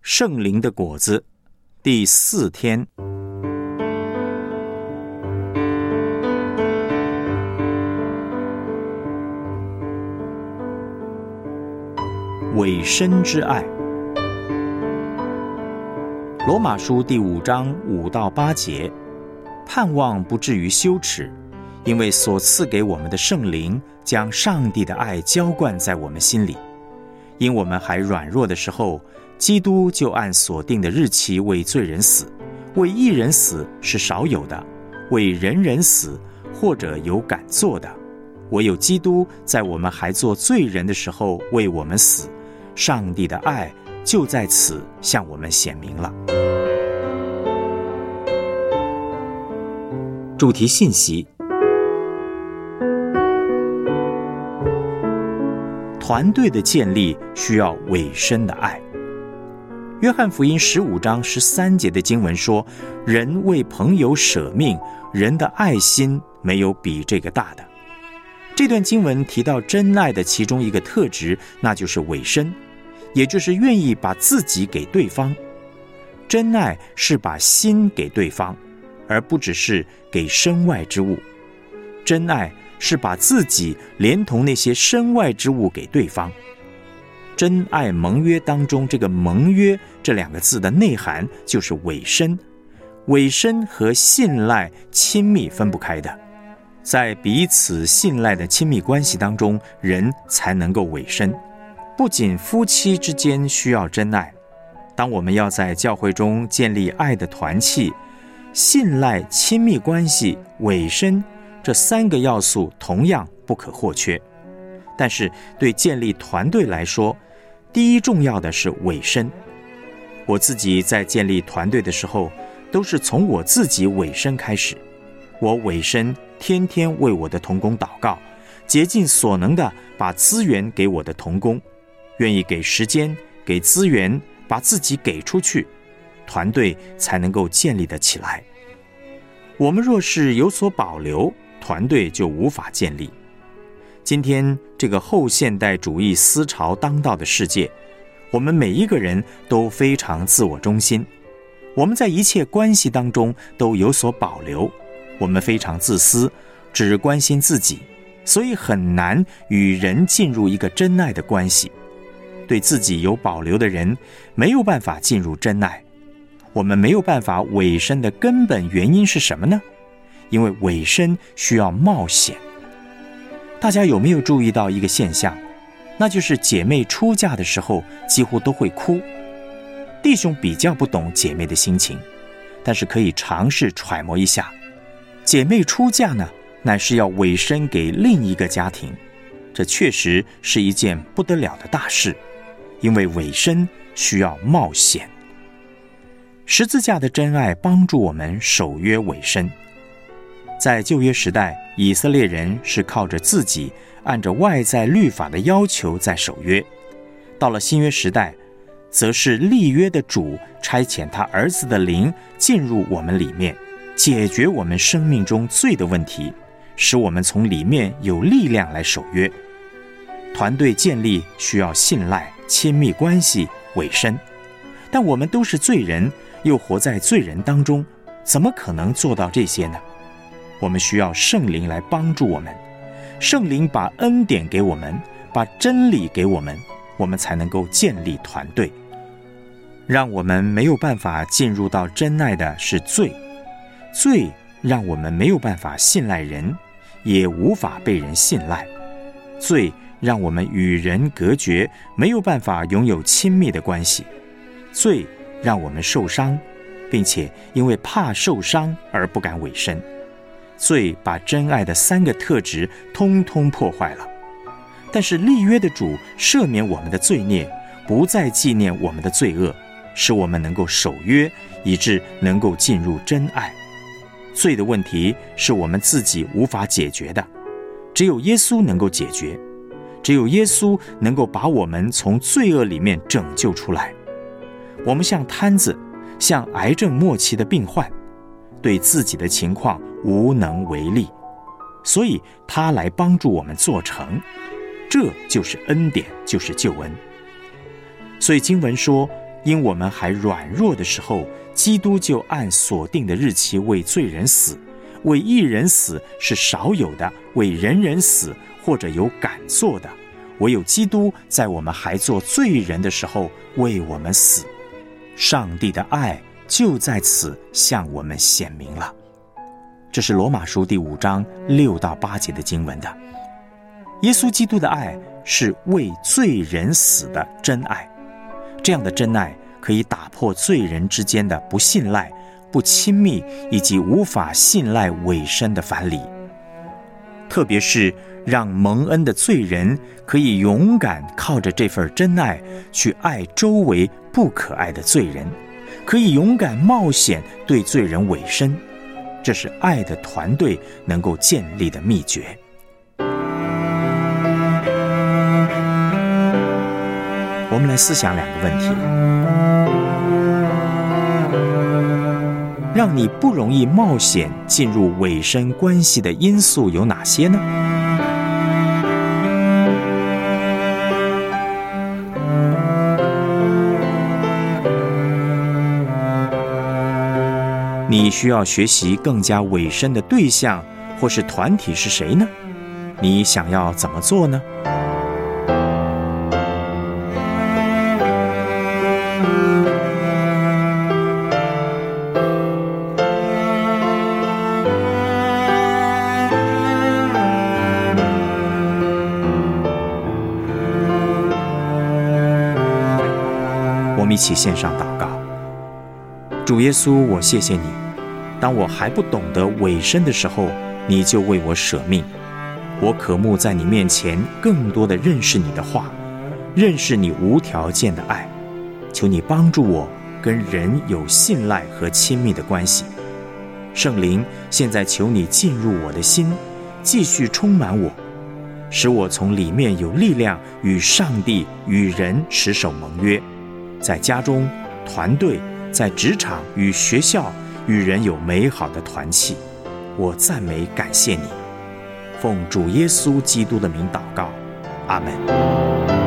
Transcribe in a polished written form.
圣灵的果子第4天，委身之爱。罗马书第5章5到8节，盼望不至于羞耻，因为所赐给我们的圣灵将上帝的爱浇灌在我们心里。因我们还软弱的时候，基督就按所定的日期为罪人死，为义人死是少有的，为人人死或者有敢做的。唯有基督在我们还做罪人的时候为我们死，上帝的爱就在此向我们显明了。主题信息：团队的建立需要委身的爱。约翰福音15章13节的经文说，人为朋友舍命，人的爱心没有比这个大的。这段经文提到真爱的其中一个特质，那就是委身，也就是愿意把自己给对方。真爱是把心给对方，而不只是给身外之物。真爱是把自己连同那些身外之物给对方。真爱盟约当中，这个盟约这2个字的内涵就是委身。委身和信赖、亲密分不开的，在彼此信赖的亲密关系当中，人才能够委身。不仅夫妻之间需要真爱，当我们要在教会中建立爱的团契，信赖、亲密关系、委身这3个要素同样不可或缺。但是对建立团队来说，第一重要的是委身。我自己在建立团队的时候，都是从我自己委身开始。我委身天天为我的同工祷告，竭尽所能的把资源给我的同工，愿意给时间、给资源，把自己给出去，团队才能够建立得起来。我们若是有所保留，团队就无法建立。今天这个后现代主义思潮当道的世界，我们每一个人都非常自我中心，我们在一切关系当中都有所保留，我们非常自私，只关心自己，所以很难与人进入一个真爱的关系。对自己有保留的人没有办法进入真爱。我们没有办法委身的根本原因是什么呢？因为委身需要冒险。大家有没有注意到一个现象，那就是姐妹出嫁的时候几乎都会哭。弟兄比较不懂姐妹的心情，但是可以尝试揣摩一下，姐妹出嫁呢，乃是要委身给另一个家庭，这确实是一件不得了的大事，因为委身需要冒险。十字架的真爱帮助我们守约委身。在旧约时代，以色列人是靠着自己按着外在律法的要求在守约。到了新约时代，则是立约的主差遣他儿子的灵进入我们里面，解决我们生命中罪的问题，使我们从里面有力量来守约。团队建立需要信赖、亲密关系、委身，但我们都是罪人，又活在罪人当中，怎么可能做到这些呢？我们需要圣灵来帮助我们，圣灵把恩典给我们，把真理给我们，我们才能够建立团队。让我们没有办法进入到真爱的是罪，罪让我们没有办法信赖人，也无法被人信赖。罪让我们与人隔绝，没有办法拥有亲密的关系。罪让我们受伤，并且因为怕受伤而不敢委身。罪把真爱的3个特质通通破坏了。但是立约的主赦免我们的罪孽，不再纪念我们的罪恶，使我们能够守约，以致能够进入真爱。罪的问题是我们自己无法解决的，只有耶稣能够解决，只有耶稣能够把我们从罪恶里面拯救出来。我们像瘫子，像癌症末期的病患，对自己的情况无能为力，所以他来帮助我们做成，这就是恩典，就是救恩。所以经文说， 因我们还软弱的时候，基督就按所定的日期为罪人死。为一人死是少有的，为人人死或者有敢做的，唯有基督在我们还做罪人的时候为我们死。上帝的爱就在此向我们显明了。这是罗马书第5章6到8节的经文的。耶稣基督的爱是为罪人死的真爱，这样的真爱可以打破罪人之间的不信赖、不亲密以及无法信赖委身的藩篱，特别是让蒙恩的罪人可以勇敢靠着这份真爱去爱周围不可爱的罪人，可以勇敢冒险对罪人委身，这是爱的团队能够建立的秘诀。我们来思想2个问题。让你不容易冒险进入委身关系的因素有哪些呢？你需要学习更加委身的对象或是团体是谁呢？你想要怎么做呢？我们一起献上祷告。主耶稣，我谢谢你，当我还不懂得委身的时候，你就为我舍命。我渴慕在你面前更多的认识你的话，认识你无条件的爱。求你帮助我跟人有信赖和亲密的关系。圣灵，现在求你进入我的心，继续充满我，使我从里面有力量与上帝与人持守盟约，在家中、团队、在职场与学校与人有美好的团契。我赞美感谢你，奉主耶稣基督的名祷告，阿们。